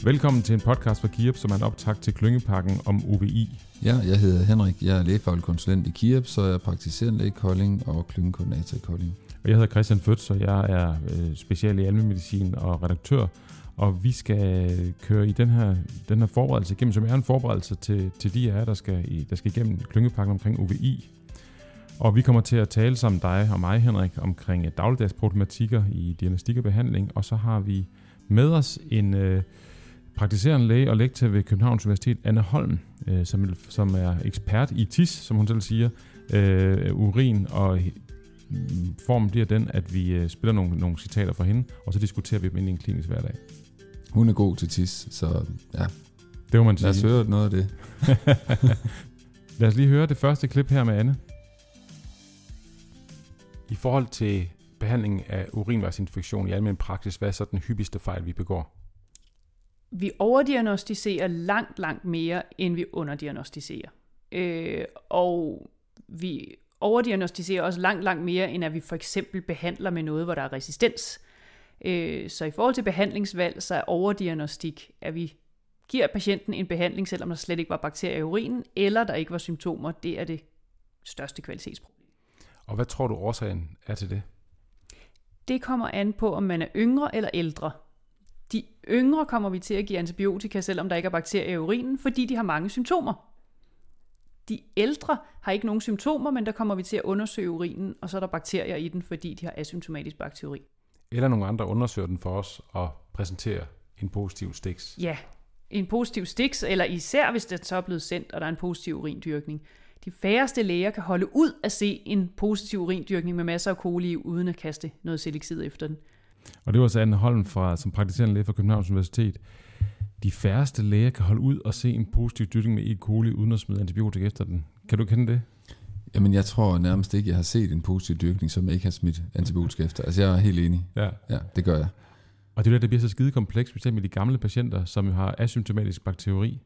Velkommen til en podcast fra KIRP, som er en optakt til klyngepakken om OVI. Ja, jeg hedder Henrik. Jeg er lægefaglig konsulent i KIRP, så jeg er praktiserende læge i Kolding og klyngekoordinator i Kolding. Og jeg hedder Christian Føtz, og jeg er special i almenmedicin og redaktør. Og vi skal køre i den her forberedelse igennem, som er en forberedelse til de af jer, der skal igennem klyngepakken omkring OVI. Og vi kommer til at tale sammen dig og mig, Henrik, omkring dagligdagsproblematikker i diagnostik og behandling. Og så har vi med os en praktiserende læge og lektor ved Københavns Universitet, Anne Holm, som er ekspert i TIS, som hun selv siger, urin, og formen bliver den, at vi spiller nogle citater fra hende, og så diskuterer vi dem ind i en klinisk hverdag. Hun er god til TIS, så ja. Det må man sige. Lad os høre noget af det. Lad os lige høre det første klip her med Anne. I forhold til behandlingen af urinvejsinfektion i almen praksis, hvad er så den hyppigste fejl, vi begår? Vi overdiagnostiserer langt mere, end vi underdiagnostiserer. Og vi overdiagnostiserer også langt mere, end at vi for eksempel behandler med noget, hvor der er resistens. Så i forhold til behandlingsvalg, så er overdiagnostik, at vi giver patienten en behandling, selvom der slet ikke var bakterier i urinen, eller der ikke var symptomer. Det er det største kvalitetsproblem. Og hvad tror du årsagen er til det? Det kommer an på, om man er yngre eller ældre. De yngre kommer vi til at give antibiotika, selvom der ikke er bakterier i urinen, fordi de har mange symptomer. De ældre har ikke nogen symptomer, men der kommer vi til at undersøge urinen, og så er der bakterier i den, fordi de har asymptomatisk bakteri. Eller nogle andre undersøger den for os og præsenterer en positiv stiks. Ja, en positiv stiks, eller især hvis det så er blevet sendt, og der er en positiv urindyrkning. De færreste læger kan holde ud at se en positiv urindyrkning med masser af coli, uden at kaste noget seleksid efter den. Og det var så Anne Holm som praktiserende læge fra Københavns Universitet. De færreste læger kan holde ud og se en positiv dyrkning med E. coli, uden at smide antibiotika efter den. Kan du kende det? Jamen, jeg tror nærmest ikke, jeg har set en positiv dyrkning, som ikke har smidt antibiotika efter. Altså, jeg er helt enig. Ja, det gør jeg. Og det er det bliver så skide komplekst, bestemt med de gamle patienter, som jo har asymptomatisk bakteri.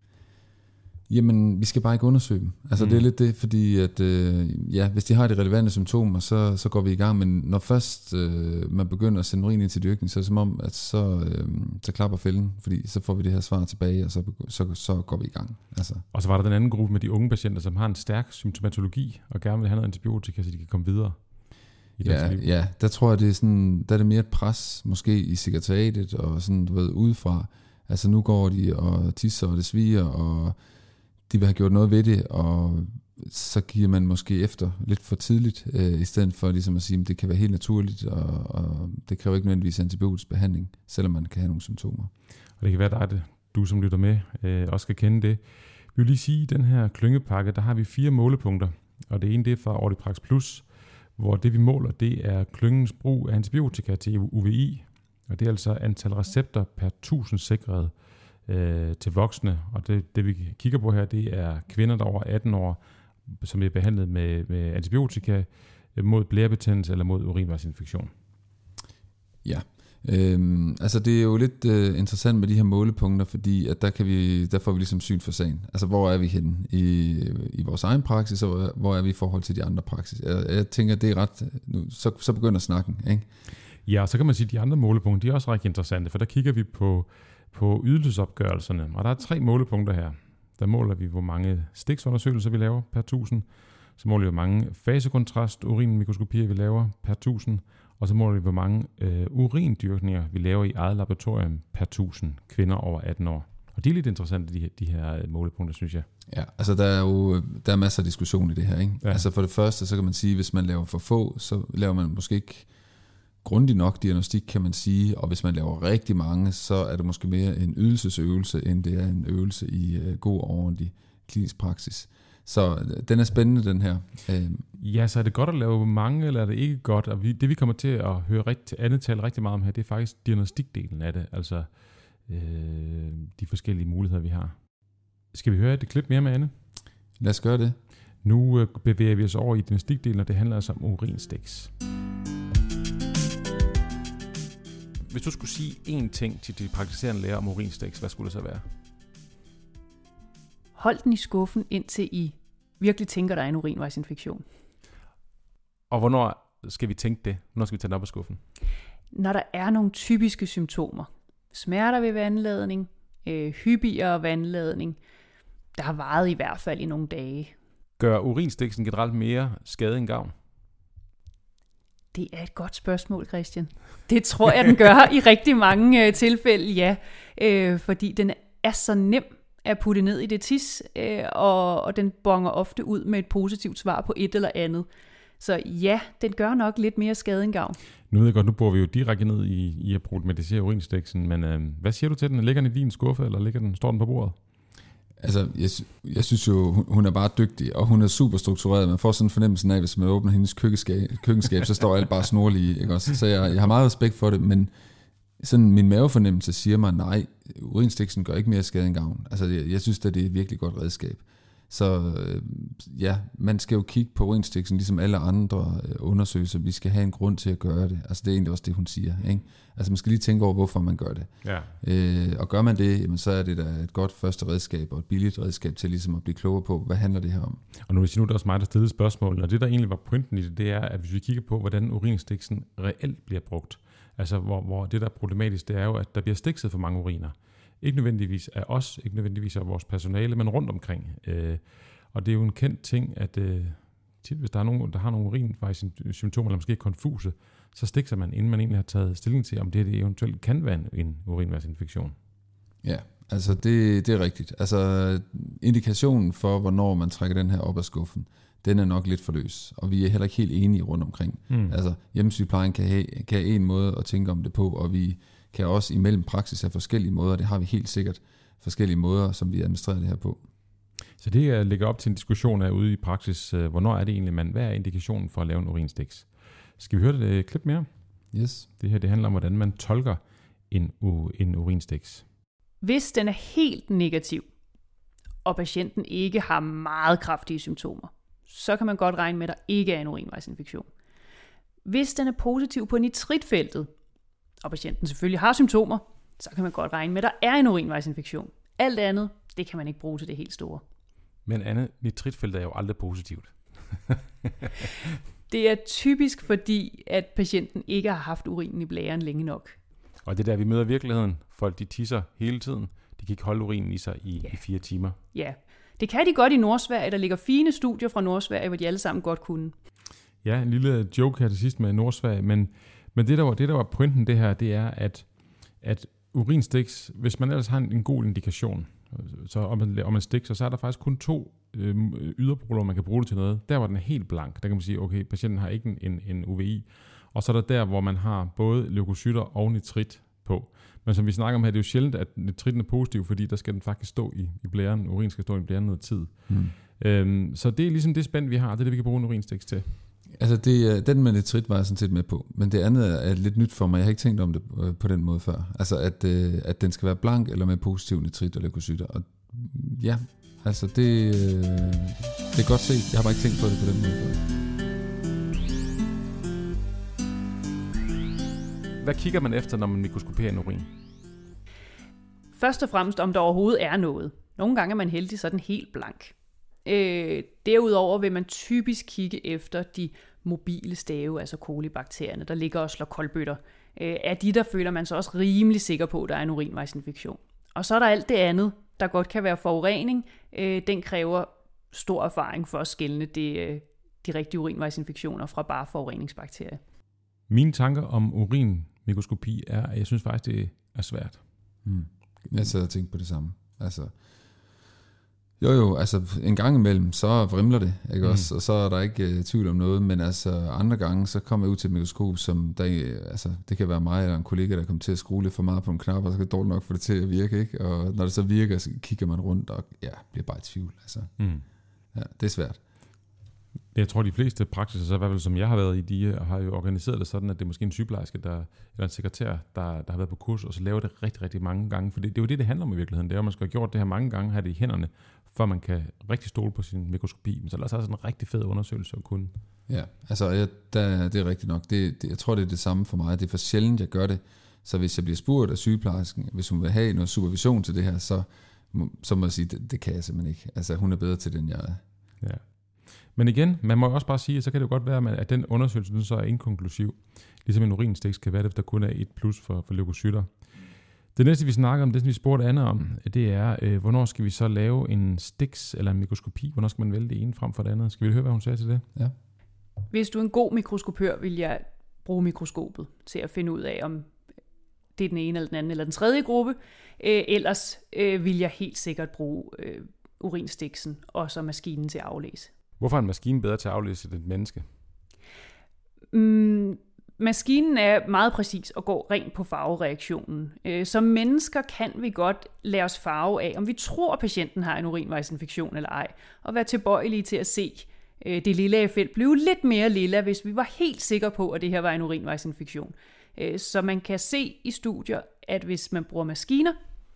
Jamen, vi skal bare ikke undersøge dem. Altså, det er lidt det, fordi at, hvis de har de relevante symptomer, så går vi i gang. Men når først man begynder at sende urin ind til dyrkning, så er det som om, at så klapper fælden, fordi så får vi det her svar tilbage, og så går vi i gang. Altså. Og så var der den anden gruppe med de unge patienter, som har en stærk symptomatologi, og gerne vil have noget antibiotika, så de kan komme videre. Ja, der tror jeg, der er det mere et pres, måske i sekretariatet, og sådan, du ved, udefra. Altså, nu går de og tisser, og det sviger, og de vil have gjort noget ved det, og så giver man måske efter lidt for tidligt, i stedet for ligesom at sige, at det kan være helt naturligt, og det kræver ikke nødvendigvis antibiotisk behandling, selvom man kan have nogle symptomer. Og det kan være dig, du som lytter med, også skal kende det. Vi vil lige sige, at i den her klyngepakke, der har vi 4 målepunkter, og det ene det er fra OrdiPrax Plus, hvor det vi måler, det er klyngens brug af antibiotika til UVI, og det er altså antal recepter per 1000 sikrede til voksne, og det vi kigger på her, det er kvinder, der er over 18 år, som er behandlet med antibiotika mod blærebetændelse eller mod urinvejsinfektion. Ja, altså det er jo lidt interessant med de her målepunkter, fordi at der får vi ligesom syn for sagen. Altså hvor er vi henne i vores egen praksis, og hvor er vi i forhold til de andre praksis. Jeg tænker, det er ret, nu, så begynder snakken, ikke? Ja, så kan man sige, at de andre målepunkter, de er også rigtig interessante, for der kigger vi på ydelsesopgørelserne, og der er 3 målepunkter her. Der måler vi, hvor mange stiksundersøgelser vi laver per 1000, så måler vi, hvor mange fasekontrast urinmikroskopier vi laver per 1000, og så måler vi, hvor mange urindyrkninger vi laver i eget laboratorium per 1000 kvinder over 18 år. Og det er lidt interessante, de her målepunkter, synes jeg. Ja, altså der er masser af diskussion i det her, ikke? Ja. Altså for det første, så kan man sige, hvis man laver for få, så laver man måske ikke grundig nok diagnostik, kan man sige, og hvis man laver rigtig mange, så er det måske mere en ydelsesøvelse, end det er en øvelse i god og ordentlig klinisk praksis. Så den er spændende, den her. Ja, så er det godt at lave mange, eller er det ikke godt? Og det vi kommer til at høre Anne tale rigtig meget om her, det er faktisk diagnostikdelen af det, altså de forskellige muligheder, vi har. Skal vi høre et klip mere med Anne? Lad os gøre det. Nu bevæger vi os over i diagnostikdelen, og det handler altså om urinstiks. Hvis du skulle sige én ting til de praktiserende læger om urinstiks, hvad skulle det så være? Hold den i skuffen, indtil I virkelig tænker, der er en urinvejsinfektion. Og hvornår skal vi tænke det? Hvornår skal vi tage den op af skuffen? Når der er nogle typiske symptomer. smerter ved vandladning, hyppigere vandladning, der har varet i hvert fald i nogle dage. Gør urinstiksen generelt mere skade end gavn? Det er et godt spørgsmål, Christian. Det tror jeg, den gør i rigtig mange tilfælde, ja. Fordi den er så nem at putte ned i det tis, og den bonger ofte ud med et positivt svar på et eller andet. Så ja, den gør nok lidt mere skade end gavn. Nu ved jeg godt, nu bor vi jo direkte ned i at problematisere urinstiksen, men hvad siger du til den? Ligger den i din skuffe, eller står den på bordet? Altså, jeg synes jo, hun er bare dygtig, og hun er super struktureret. Man får sådan en fornemmelse af, hvis man åbner hendes køkkenskab, så står alt bare snorlige, ikke også? Så jeg har meget respekt for det, men sådan min mavefornemmelse siger mig, nej, urinstiksen gør ikke mere skade end gavn. Altså, jeg synes, at det er et virkelig godt redskab. Så ja, man skal jo kigge på urinstiksen, ligesom alle andre undersøgelser. Vi skal have en grund til at gøre det. Altså, det er egentlig også det, hun siger, ikke? Altså, man skal lige tænke over, hvorfor man gør det. Ja. Og gør man det, jamen, så er det da et godt første redskab og et billigt redskab til ligesom at blive klogere på, hvad handler det her om. Og nu er det også mig, der stillede spørgsmål, og det, der egentlig var pointen i det, det er, at hvis vi kigger på, hvordan urinstiksen reelt bliver brugt, altså hvor det, der er problematisk, det er jo, at der bliver stikset for mange uriner. Ikke nødvendigvis af os, ikke nødvendigvis af vores personale, men rundt omkring. Og det er jo en kendt ting, at tit, hvis der er nogen, der har nogle urinvejssymptomer, eller måske konfuse, så stikser man, inden man egentlig har taget stilling til, om det eventuelt kan være en urinvejsinfektion. Ja, altså det er rigtigt. Altså indikationen for, hvornår man trækker den her op af skuffen, den er nok lidt for løs, og vi er heller ikke helt enige rundt omkring. Altså hjemmesygeplejen kan have en måde at tænke om det på, og vi kan også imellem praksis have forskellige måder. Det har vi helt sikkert forskellige måder, som vi administrerer det her på. Så det ligger op til en diskussion af ude i praksis. Hvornår er det egentlig, hvad er indikationen for at lave en urinstiks? Skal vi høre det klip mere? Yes. Det her, det handler om, hvordan man tolker en urinstiks. Hvis den er helt negativ, og patienten ikke har meget kraftige symptomer, så kan man godt regne med, at der ikke er en urinvejsinfektion. Hvis den er positiv på nitritfeltet, og patienten selvfølgelig har symptomer, så kan man godt regne med, at der er en urinvejsinfektion. Alt andet, det kan man ikke bruge til det helt store. Men Anne, nitritfeltet er jo aldrig positivt. Det er typisk fordi, at patienten ikke har haft urinen i blæren længe nok. Og det der, vi møder virkeligheden. Folk, de tisser hele tiden. De kan ikke holde urinen i sig i 4 timer. Ja, det kan de godt i Nordsverige. Der ligger fine studier fra Nordsverige, hvor de alle sammen godt kunne. Ja, en lille joke her til sidst med Nordsverige, men det der var pointen det her, det er, at urinstiks, hvis man ellers har en god indikation, så om man stikser, så er der faktisk kun 2 yderproler, man kan bruge det til noget. Der, hvor den er helt blank, der kan man sige, okay, patienten har ikke en UVI. Og så er der, hvor man har både leukocytter og nitrit på. Men som vi snakker om her, det er jo sjældent, at nitritten er positiv, fordi der skal den faktisk stå i blæren. Urin skal stå i blæren noget tid. Så det er ligesom det spænd, vi har. Det er det, vi kan bruge en urinstiks til. Altså den med nitrit var jeg sådan set med på, men det andet er lidt nyt for mig. Jeg har ikke tænkt om det på den måde før. Altså at den skal være blank eller med positiv nitrit og leukocytter. Og ja, altså det er godt set. Jeg har bare ikke tænkt på det på den måde før. Hvad kigger man efter, når man mikroskoperer en urin? Først og fremmest, om der overhovedet er noget. Nogle gange er man heldig, så er den helt blank. Derudover vil man typisk kigge efter de mobile stave, altså kolibakterierne, der ligger og slår koldbøtter. Af de, der føler man så også rimelig sikker på, at der er en urinvejsinfektion. Og så er der alt det andet, der godt kan være forurening. Den kræver stor erfaring for at skelne de rigtige urinvejsinfektioner fra bare forureningsbakterier. Mine tanker om urinmikroskopi er, at jeg synes faktisk, det er svært. Jeg sidder og tænker på det samme. Altså, altså en gang imellem, så vrimler det, ikke også? Og så er der ikke tvivl om noget, men altså andre gange, så kommer jeg ud til et mikroskop, som det kan være mig eller en kollega, der kommer til at skrue lidt for meget på en knap, og så kan det dårligt nok få det til at virke, ikke? Og når det så virker, så kigger man rundt, og bliver bare i tvivl, altså. Ja, det er svært. Jeg tror, de fleste praksiser, så i hvert fald som jeg har været i, de har jo organiseret det sådan, at det er måske en sygeplejerske, eller en sekretær, der har været på kurs, og så laver det rigtig, rigtig mange gange. For det er jo det handler om i virkeligheden. Det er, at man skal have gjort det her mange gange, have det i hænderne, før man kan rigtig stole på sin mikroskopi. Men så er der sådan en rigtig fed undersøgelse at kunne. Ja, altså det er rigtigt nok. Jeg tror, det er det samme for mig. Det er for sjældent, jeg gør det. Så hvis jeg bliver spurgt af sygeplejersken, hvis hun vil have noget supervision til det her, så må jeg sige, det kan jeg simpelthen ikke. Altså hun er bedre til det, end jeg er. Ja. Men igen, man må også bare sige, at så kan det jo godt være, at den undersøgelse den så er inkonklusiv. Ligesom en urinstiks kan være det, hvis der kun er 1+ for leukocytter. Det næste, vi snakker om, det vi spurgte Anne om, det er, hvornår skal vi så lave en STIX eller en mikroskopi? Hvornår skal man vælge det ene frem for det andet? Skal vi høre, hvad hun sagde til det? Ja. Hvis du er en god mikroskopør, vil jeg bruge mikroskopet til at finde ud af, om det er den ene eller den anden eller den tredje gruppe. Ellers vil jeg helt sikkert bruge urinstiksen og så maskinen til at aflæse. Hvorfor er en maskine bedre til at aflæse end et menneske? Maskinen er meget præcis og går rent på farvereaktionen. Som mennesker kan vi godt lade os farve af, om vi tror, at patienten har en urinvejsinfektion eller ej, og være tilbøjelige til at se det lilla felt blive lidt mere lilla, hvis vi var helt sikre på, at det her var en urinvejsinfektion. Så man kan se i studier, at hvis man bruger maskiner,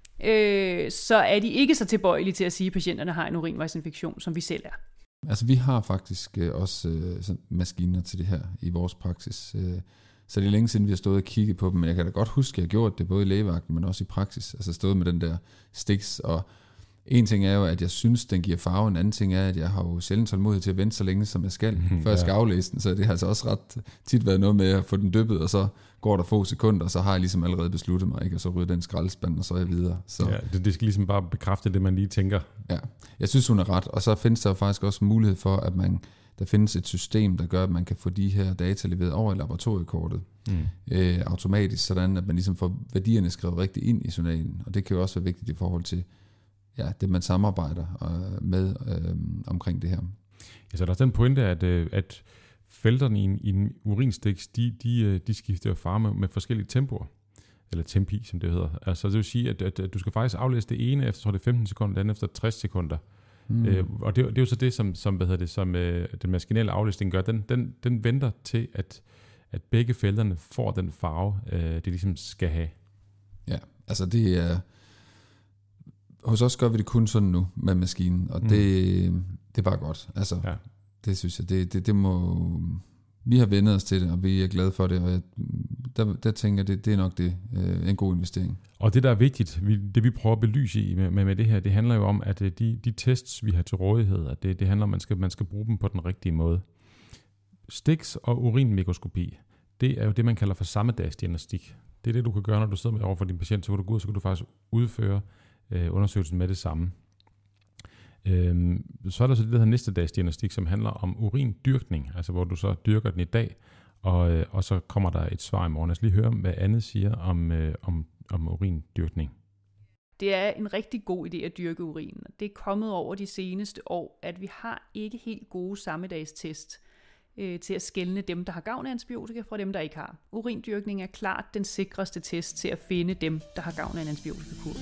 så er de ikke så tilbøjelige til at sige, at patienterne har en urinvejsinfektion, som vi selv er. Altså vi har faktisk også maskiner til det her i vores praksis. Så det er længe siden, vi har stået og kigget på dem, men jeg kan da godt huske, at jeg har gjort det både i lægevagten, men også i praksis. Altså stået med den der STIX, og en ting er jo, at jeg synes, den giver farve, en anden ting er, at jeg har jo sjældent tålmodighed til at vente så længe, som jeg skal, før jeg skal aflæse den, så det har altså også ret tit været noget med at få den dyppet, og så går der få sekunder, og så har jeg ligesom allerede besluttet mig, ikke? Og så ryger den skraldespand, og så er jeg videre. Så. Ja, det skal ligesom bare bekræfte det, man lige tænker. Ja, jeg synes, hun er ret, og så findes der jo faktisk også mulighed for, at der findes et system, der gør, at man kan få de her data leveret over i laboratoriekortet automatisk, sådan at man ligesom får værdierne skrevet rigtigt ind i journalen, og det kan jo også være vigtigt i forhold til det, man samarbejder med omkring det her. Ja, så er der også den pointe, at felterne i en urinstiks, de skifter farve med forskellige tempoer, eller tempi, som det hedder. Altså det vil sige, at du skal faktisk aflæse det ene efter, tror det er 15 sekunder, det andet efter 60 sekunder. Og det er jo så det, som den maskinelle aflæsning gør. Den venter til, at begge felterne får den farve, det ligesom skal have. Ja, altså det er... Hos os gør vi det kun sådan nu med maskinen, og det er bare godt. Altså, det synes jeg, det må... Vi har vendt os til det, og vi er glade for det, og der tænker jeg, det er nok en god investering. Og det, der er vigtigt, det vi prøver at belyse med det her, det handler jo om, at de tests, vi har til rådighed, at det handler om, at man skal bruge dem på den rigtige måde. STIX og urinmikroskopi, det er jo det, man kalder for sammedagsdiagnostik. Det er det, du kan gøre, når du sidder med over for din patient, så kan du gå ud, så kan du faktisk udføre undersøgelsen med det samme. Så er der så det, der hedder næste dags diagnostik, som handler om urindyrkning, altså hvor du så dyrker den i dag, og så kommer der et svar i morgen. Jeg skal lige høre, hvad Anne siger om urindyrkning. Det er en rigtig god idé at dyrke urin. Det er kommet over de seneste år, at vi har ikke helt gode sammedagstest til at skelne dem, der har gavn af antibiotika, fra dem, der ikke har. Urindyrkning er klart den sikreste test til at finde dem, der har gavn af en antibiotikakur.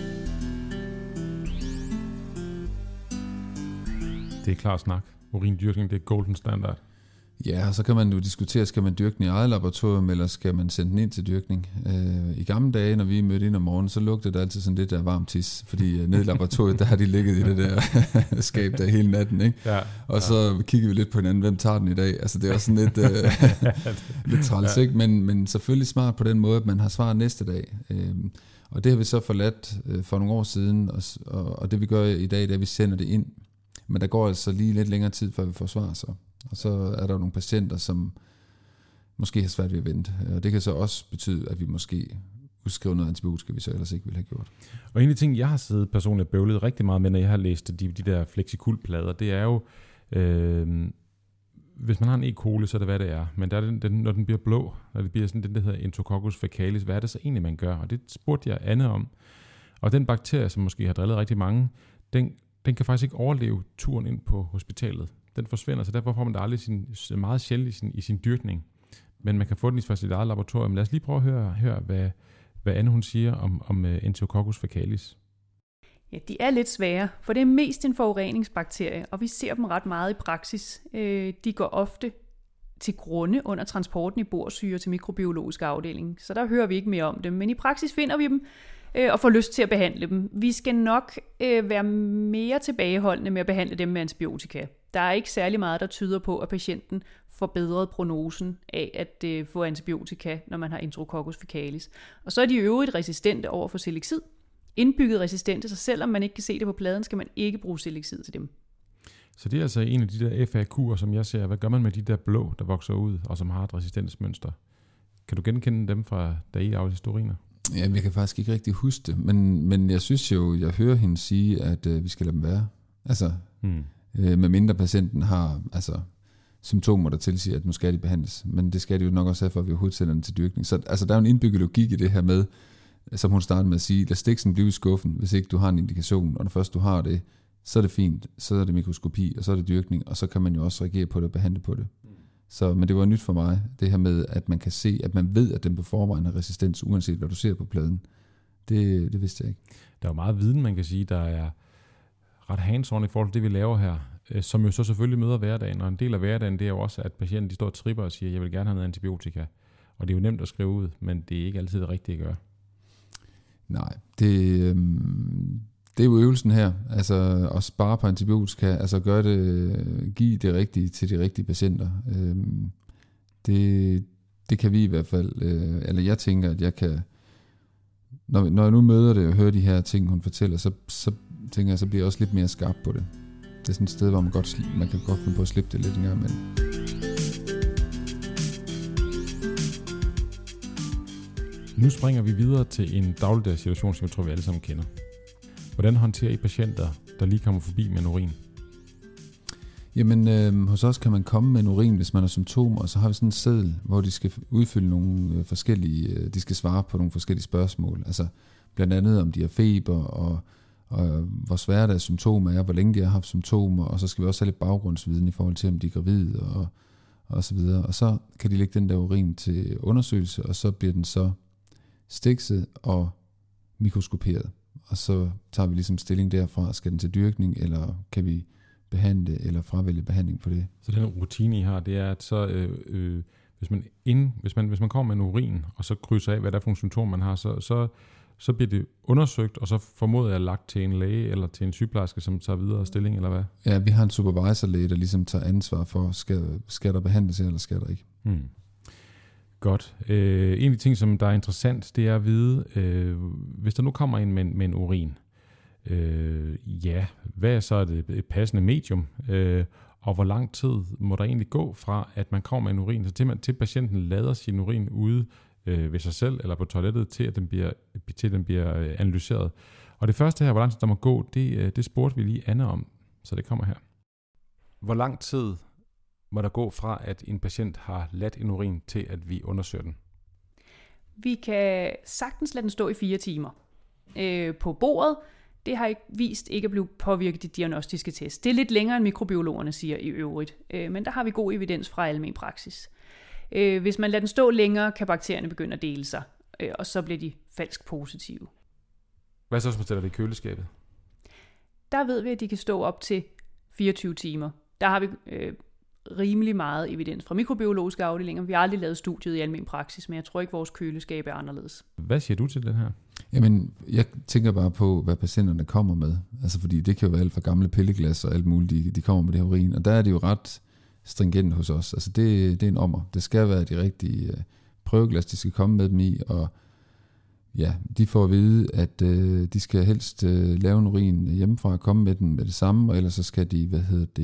Det er klar snak. Urindyrkning, det er golden standard. Ja, og så kan man jo diskutere, skal man dyrke den i eget laboratorium, eller skal man sende den ind til dyrkning? I gamle dage, når vi mødte ind om morgenen, så lugtede det altid sådan lidt af varm tis, fordi nede i laboratoriet, der har de ligget i det der skab der hele natten, ikke? Ja, og så kiggede vi lidt på hinanden, hvem tager den i dag? Altså det er også sådan lidt træls, ikke? Men selvfølgelig smart på den måde, at man har svar næste dag. Og det har vi så forladt for nogle år siden, og det vi gør i dag, det er, at vi sender det ind. Men der går altså lige lidt længere tid, før vi får svar så. Og så er der jo nogle patienter, som måske har svært ved at vente. Og det kan så også betyde, at vi måske udskriver noget antibiotika, vi så ellers ikke ville have gjort. Og en af de ting, jeg har siddet personligt bøvlet rigtig meget med, når jeg har læst de der Flexicul-plader, det er jo, hvis man har en E. coli, så er det, hvad det er. Men der er når den bliver blå, når det bliver sådan den, der hedder Enterococcus faecalis, hvad er det så egentlig, man gør? Og det spurgte jeg Anne om. Og den bakterie, som måske har drillet rigtig mange, den kan faktisk ikke overleve turen ind på hospitalet. Den forsvinder, så derfor får man det aldrig meget sjældent i sin dyrkning. Men man kan få den i sit eget laboratorium. Lad os lige prøve at høre hvad Anne hun siger om Enterococcus faecalis. Ja, de er lidt svære, for det er mest en forureningsbakterie, og vi ser dem ret meget i praksis. De går ofte til grunde under transporten i borsyre til mikrobiologisk afdeling, så der hører vi ikke mere om dem. Men i praksis finder vi dem, og får lyst til at behandle dem. Vi skal nok være mere tilbageholdende med at behandle dem med antibiotika. Der er ikke særlig meget, der tyder på, at patienten forbedret prognosen af at få antibiotika, når man har Enterococcus faecalis. Og så er de øvrigt resistente over for Selexid. Indbygget resistente, så selvom man ikke kan se det på pladen, skal man ikke bruge Selexid til dem. Så det er altså en af de der FAQ'er, som jeg ser. Hvad gør man med de der blå, der vokser ud, og som har et resistensmønster? Kan du genkende dem fra da I aflæste uriner? Ja, jeg kan faktisk ikke rigtig huske det, men jeg synes jo, jeg hører hende sige, at vi skal lade dem være. Altså, med mindre patienten har symptomer, der tilsiger, at nu skal de behandles. Men det skal de jo nok også have, for at vi overhovedet sender den til dyrkning. Så der er jo en indbygget logik i det her med, som hun startede med at sige, lad stiksen blive i skuffen, hvis ikke du har en indikation. Og når først du har det, så er det fint. Så er det mikroskopi, og så er det dyrkning, og så kan man jo også reagere på det og behandle på det. Så, men det var nyt for mig, det her med, at man kan se, at man ved, at den på forvejen har resistens, uanset hvad du ser på pladen. Det vidste jeg ikke. Der er jo meget viden, man kan sige, der er ret hands-on i forhold til det, vi laver her, som jo så selvfølgelig møder hverdagen. Og en del af hverdagen, det er jo også, at patienten de står og tripper og siger, jeg vil gerne have noget antibiotika. Og det er jo nemt at skrive ud, men det er ikke altid det rigtige at gøre. Nej, det er jo øvelsen her, altså at spare på antibiotika, altså give det rigtige til de rigtige patienter. Det kan vi i hvert fald, eller jeg tænker, at jeg kan, når jeg nu møder det og hører de her ting, hun fortæller, så tænker jeg, så bliver jeg også lidt mere skarp på det. Det er sådan et sted, hvor man kan godt finde på at slippe det lidt en gang imellem. Nu springer vi videre til en dagligdags situation, som jeg tror, vi alle sammen kender. Hvordan håndterer I patienter, der lige kommer forbi med en urin? Jamen, hos os kan man komme med en urin, hvis man har symptomer, og så har vi sådan en seddel, hvor de skal udfylde nogle forskellige, de skal svare på nogle forskellige spørgsmål. Altså blandt andet, om de har feber, og hvor svære deres symptomer er, hvor længe de har haft symptomer, og så skal vi også have lidt baggrundsviden i forhold til, om de er gravide, og så videre. Og så kan de lægge den der urin til undersøgelse, og så bliver den så stikset og mikroskoperet. Og så tager vi ligesom stilling derfra, skal den til dyrkning, eller kan vi behandle, eller fravælge behandling på det. Så den rutine, I har, det er, at så, hvis man kommer med en urin, og så krydser af, hvad der er for nogle symptomer, man har, så bliver det undersøgt, og så formoder jeg lagt til en læge, eller til en sygeplejerske, som tager videre stilling, eller hvad? Ja, vi har en supervisorlæge, der ligesom tager ansvar for, skal der behandles, eller skal der ikke. Godt. En af de ting, som der er interessant, det er at vide, hvis der nu kommer en med en urin, hvad er så et passende medium, og hvor lang tid må der egentlig gå fra, at man kommer med en urin, så til patienten lader sin urin ude ved sig selv, eller på toilettet, til den bliver analyseret. Og det første her, hvor lang tid der må gå, det spurgte vi lige Anne om, så det kommer her. Hvor lang tid må der gå fra, at en patient har ladt en urin, til at vi undersøger den? Vi kan sagtens lade den stå i 4 timer på bordet. Det har ikke vist ikke at blive påvirket i diagnostiske test. Det er lidt længere, end mikrobiologerne siger i øvrigt, men der har vi god evidens fra almen praksis. Hvis man lader den stå længere, kan bakterierne begynde at dele sig, og så bliver de falsk positive. Hvad så, hvis man stiller det i køleskabet? Der ved vi, at de kan stå op til 24 timer. Der har vi rimelig meget evidens fra mikrobiologiske afdelinger. Vi har aldrig lavet studiet i almen praksis, men jeg tror ikke, vores køleskab er anderledes. Hvad siger du til den her? Jamen, jeg tænker bare på, hvad patienterne kommer med. Altså, fordi det kan jo være alt fra gamle pilleglas og alt muligt, de kommer med det her urin. Og der er det jo ret stringent hos os. Altså, det er en ommer. Det skal være de rigtige prøveglas, de skal komme med dem i. Og ja, de får at vide, at de skal helst lave en urin hjemmefra og komme med den med det samme. Og ellers så skal de,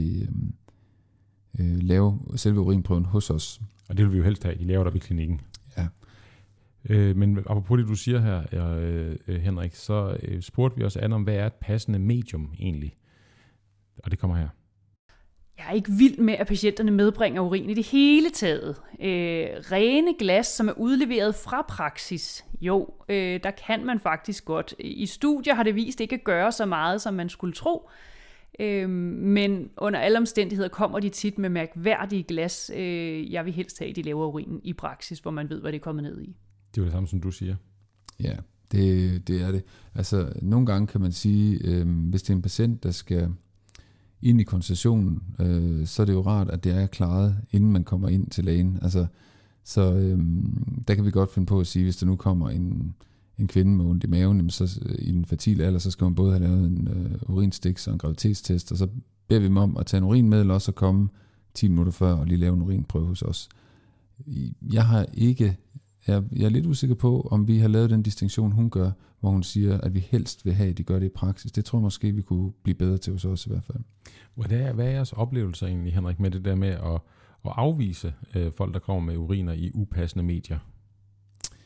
lave selve urinprøven hos os. Og det vil vi jo helst have, de laver der ved klinikken. Ja. Men apropos det, du siger her, Henrik, så spurgte vi også Anne om, hvad er et passende medium egentlig? Og det kommer her. Jeg er ikke vild med, at patienterne medbringer urin i det hele taget. Rene glas, som er udleveret fra praksis, der kan man faktisk godt. I studier har det vist ikke at gøre så meget, som man skulle tro. Men under alle omstændigheder kommer de tit med mærkværdige glas. Jeg vil helst have, at de laver urinen i praksis, hvor man ved, hvad det er kommet ned i. Det er jo det samme, som du siger. Ja, det er det. Altså, nogle gange kan man sige, hvis det er en patient, der skal ind i konsultationen, så er det jo rart, at det er klaret, inden man kommer ind til lægen. Altså, så der kan vi godt finde på at sige, hvis der nu kommer en kvinde med ondt i maven, så i den fertile alder, så skal man både have lavet en urinstiks og en graviditetstest, og så beder vi dem om at tage en urin med, eller også at komme 10 minutter før og lige lave en urinprøve hos os. Jeg er lidt usikker på, om vi har lavet den distinktion, hun gør, hvor hun siger, at vi helst vil have, at de gør det i praksis. Det tror jeg måske, vi kunne blive bedre til hos os i hvert fald. Hvad er jeres oplevelser egentlig, Henrik, med det der med at afvise folk, der kommer med uriner i upassende medier?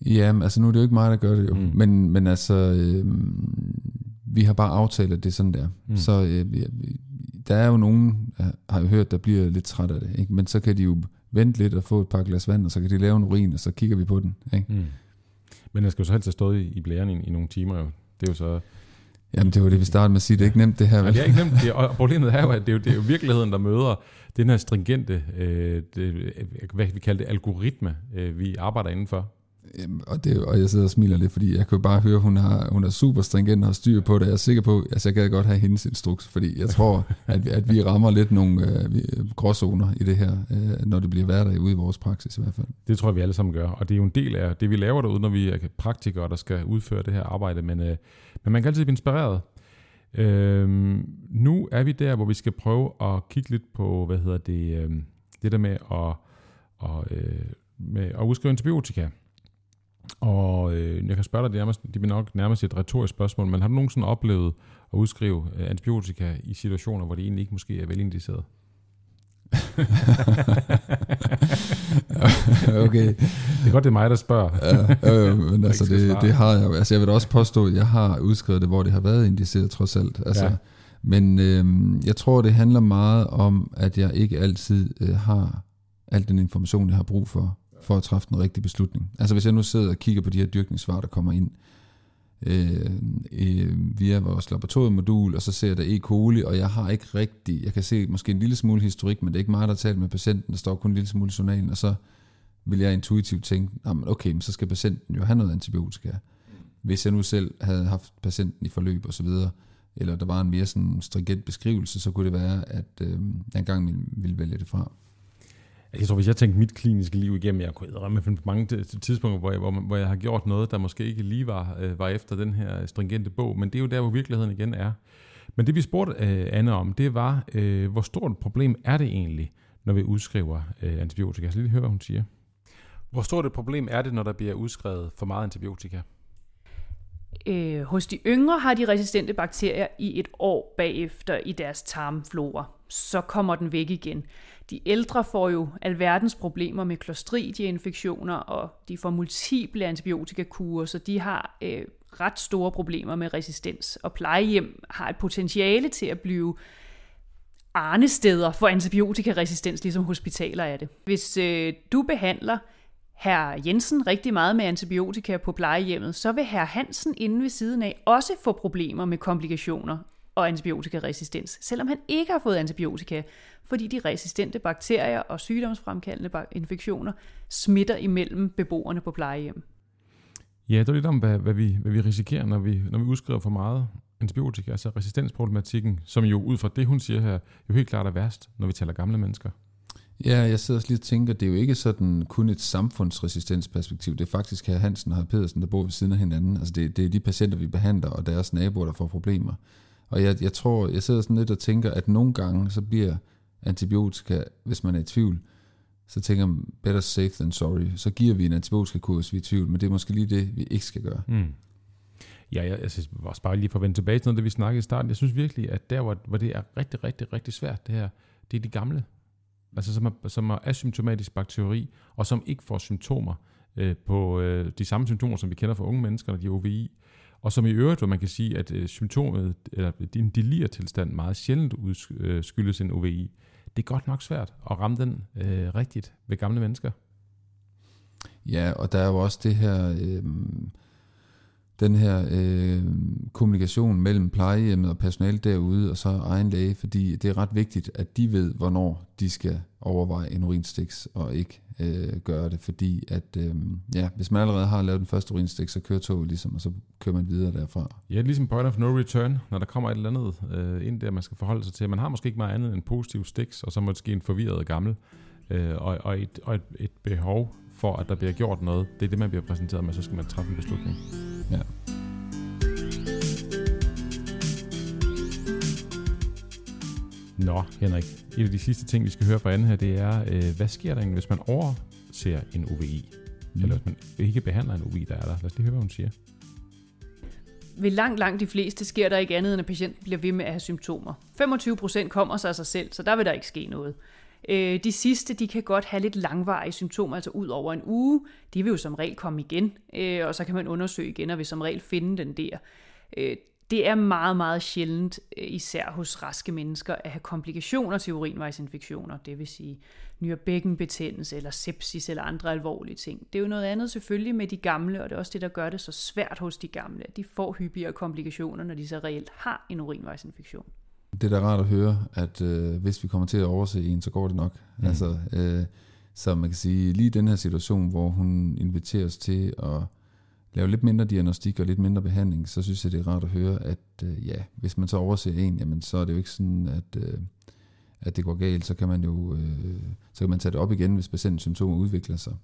Ja, altså nu er det jo ikke mig, der gør det jo. Men altså, vi har bare aftalt, at det er sådan der. Så der er jo nogen, har jo hørt, der bliver lidt træt af det. Ikke? Men så kan de jo vente lidt og få et par glas vand, og så kan de lave en urin, og så kigger vi på den. Ikke? Men jeg skal jo så helst have stået i blæren i nogle timer jo. Det er jo så... Jamen det var det, vi startede med at sige. Det er ikke nemt det her. Ja, det er ikke nemt. Og problemet er jo, at det er jo virkeligheden, der møder den her stringente, hvad vi kalder det, algoritme, vi arbejder indenfor. Og jeg sidder og smiler lidt, fordi jeg kan jo bare høre, hun er super stringent og har styr på det. Jeg er sikker på, altså jeg kan godt have hendes instruks, fordi jeg tror, at vi rammer lidt nogle gråzoner i det her, når det bliver hverdag ude i vores praksis i hvert fald. Det tror jeg, vi alle sammen gør, og det er jo en del af det, vi laver derude, når vi er praktikere, der skal udføre det her arbejde, men man kan altid blive inspireret. Nu er vi der, hvor vi skal prøve at kigge lidt på, det der med at udskrive antibiotika. Og jeg kan spørge dig, det bliver nok nærmest et retorisk spørgsmål, men har du nogensinde oplevet at udskrive antibiotika i situationer, hvor det egentlig ikke måske er velindiceret? Okay. Det er godt, det er mig, der spørger. Men altså det har jeg jo. Altså jeg vil da også påstå, at jeg har udskrevet det, hvor det har været indiceret trods alt. Altså, ja. Men jeg tror, det handler meget om, at jeg ikke altid har al den information, jeg har brug for at træffe den rigtige beslutning. Altså hvis jeg nu sidder og kigger på de her dyrkningssvar, der kommer ind via vores laboratoriemodul, og så ser jeg der E. coli, og jeg har ikke rigtig, jeg kan se måske en lille smule historik, men det er ikke mig, der taler med patienten, der står kun en lille smule i journalen, og så vil jeg intuitivt tænke, okay, men så skal patienten jo have noget antibiotika. Hvis jeg nu selv havde haft patienten i forløb og så videre, eller der var en mere sådan stringent beskrivelse, så kunne det være, at jeg engang ville vælge det fra. Jeg tror, hvis jeg tænkte mit kliniske liv igennem, jeg kunne finde mange tidspunkter, hvor jeg har gjort noget, der måske ikke lige var efter den her stringente bog, men det er jo der, hvor virkeligheden igen er. Men det vi spurgte Anne om, det var, hvor stort et problem er det egentlig, når vi udskriver antibiotika? Så lige høre, hvad hun siger. Hvor stort et problem er det, når der bliver udskrevet for meget antibiotika? Hos de yngre har de resistente bakterier i et år bagefter i deres tarmflora. Så kommer den væk igen. De ældre får jo alverdens problemer med Clostridia-infektioner, og de får multiple antibiotikakurer, så de har ret store problemer med resistens. Og plejehjem har et potentiale til at blive arnesteder for antibiotikaresistens, ligesom hospitaler er det. Hvis du behandler hr. Jensen rigtig meget med antibiotika på plejehjemmet, så vil hr. Hansen inde ved siden af også få problemer med komplikationer og antibiotikaresistens, selvom han ikke har fået antibiotika, fordi de resistente bakterier og sygdomsfremkaldende infektioner smitter imellem beboerne på plejehjem. Ja, det er lidt om, hvad vi risikerer, når vi udskriver for meget antibiotika, altså resistensproblematikken, som jo ud fra det, hun siger her, jo helt klart er værst, når vi taler gamle mennesker. Ja, jeg sidder også lige og tænker, det er jo ikke sådan kun et samfundsresistensperspektiv. Det er faktisk hr. Hansen og hr. Pedersen, der bor ved siden af hinanden. Altså det er de patienter, vi behandler, og deres naboer, der får problemer. Og jeg tror, jeg sidder sådan lidt og tænker, at nogle gange, så bliver antibiotika, hvis man er i tvivl, så tænker man, better safe than sorry. Så giver vi en antibiotikakur, hvis vi er i tvivl, men det er måske lige det, vi ikke skal gøre. Ja, jeg synes også bare lige for at vende tilbage til noget, det vi snakkede i starten. Jeg synes virkelig, at der, hvor det er rigtig, rigtig, rigtig svært, det her, det er de gamle. Altså som er asymptomatisk bakteri, og som ikke får symptomer på de samme symptomer, som vi kender fra unge mennesker, når de er OVI. Og som i øvrigt, hvor man kan sige, at symptomet, eller din delirtilstand meget sjældent skyldes en OVI. Det er godt nok svært at ramme den rigtigt ved gamle mennesker. Ja, og der er jo også det her, den her kommunikation mellem plejehjemmet og personalet derude, og så egen læge, fordi det er ret vigtigt, at de ved, hvornår de skal overveje en urinstiks, og ikke gøre det, fordi at, hvis man allerede har lavet den første urinstiks, så kører toget ligesom, og så kører man videre derfra. Ja, ligesom point of no return, når der kommer et eller andet ind der, man skal forholde sig til. Man har måske ikke meget andet end positiv stiks, og så måske en forvirret gammel, og et behov for, at der bliver gjort noget. Det er det, man bliver præsenteret med, så skal man træffe en beslutning. Ja. Nå, Henrik. Et af de sidste ting, vi skal høre fra Anne her, det er, hvad sker der egentlig, hvis man overser en OVI? Eller hvis man ikke behandler en OVI, der er der. Lad os lige høre, hvad hun siger. Ved langt de fleste sker der ikke andet, end at patienten bliver ved med at have symptomer. 25% kommer sig af sig selv, så der vil der ikke ske noget. De sidste, de kan godt have lidt langvarige symptomer, altså ud over en uge. De vil jo som regel komme igen, og så kan man undersøge igen, og vil som regel finde den der. Det er meget, meget sjældent, især hos raske mennesker, at have komplikationer til urinvejsinfektioner, det vil sige nyrebækkenbetændelse eller sepsis eller andre alvorlige ting. Det er jo noget andet selvfølgelig med de gamle, og det er også det, der gør det så svært hos de gamle, at de får hyppigere komplikationer, når de så reelt har en urinvejsinfektion. Det er da rart at høre, at hvis vi kommer til at overse en, så går det nok. Altså, så man kan sige, lige den her situation, hvor hun inviterer os til at lave lidt mindre diagnostik og lidt mindre behandling, så synes jeg, det er rart at høre, at hvis man så overser en, jamen, så er det jo ikke sådan, at det går galt. Så kan man jo så kan man tage det op igen, hvis patientens symptomer udvikler sig.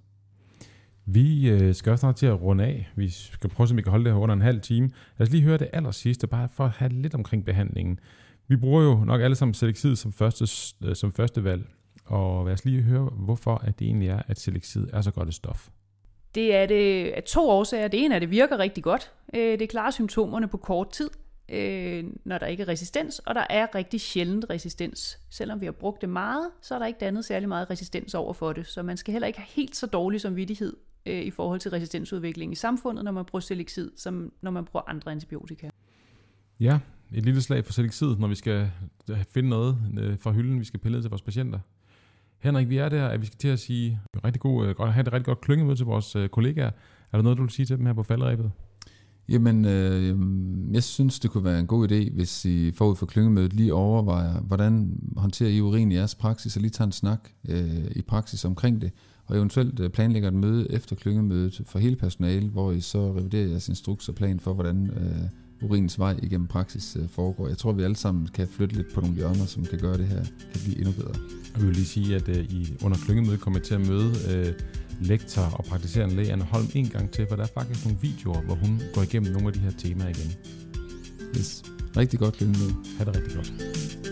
Vi skal også snart til at runde af. Vi skal prøve, om vi kan holde det her under en halv time. Lad os lige høre det allersidste, bare for at have lidt omkring behandlingen. Vi bruger jo nok alle sammen Selexid som første valg, og lad os lige høre, hvorfor at det egentlig er, at Selexid er så godt et stof. Det er det af 2 årsager. Det ene er, at det virker rigtig godt. Det klarer symptomerne på kort tid, når der ikke er resistens, og der er rigtig sjældent resistens. Selvom vi har brugt det meget, så er der ikke dannet særlig meget resistens over for det, så man skal heller ikke have helt så dårlig samvittighed i forhold til resistensudvikling i samfundet, når man bruger Selexid, som når man bruger andre antibiotika. Ja, et lille slag for Selexid, når vi skal finde noget fra hylden, vi skal pille ned til vores patienter. Henrik, vi er der, at vi skal til at sige have et rigtig godt klyngemøde til vores kollegaer. Er der noget, du vil sige til dem her på falderebet? Jamen, jeg synes, det kunne være en god idé, hvis I forud for klyngemødet lige overvejer, hvordan håndterer I urin i jeres praksis, og lige tager en snak i praksis omkring det, og eventuelt planlægger et møde efter klyngemødet for hele personalet, hvor I så reviderer jeres instruks og plan for, hvordan urinens vej igennem praksis foregår. Jeg tror, vi alle sammen kan flytte lidt på nogle hjørner, som kan gøre det her kan blive endnu bedre. Og vi vil lige sige, at I under klyngemødet kommer til at møde lektor og praktiserende læge Anne Holm en gang til, for der er faktisk nogle videoer, hvor hun går igennem nogle af de her temaer igen. Yes. Rigtig godt klyngemøde. Ha' det rigtig godt.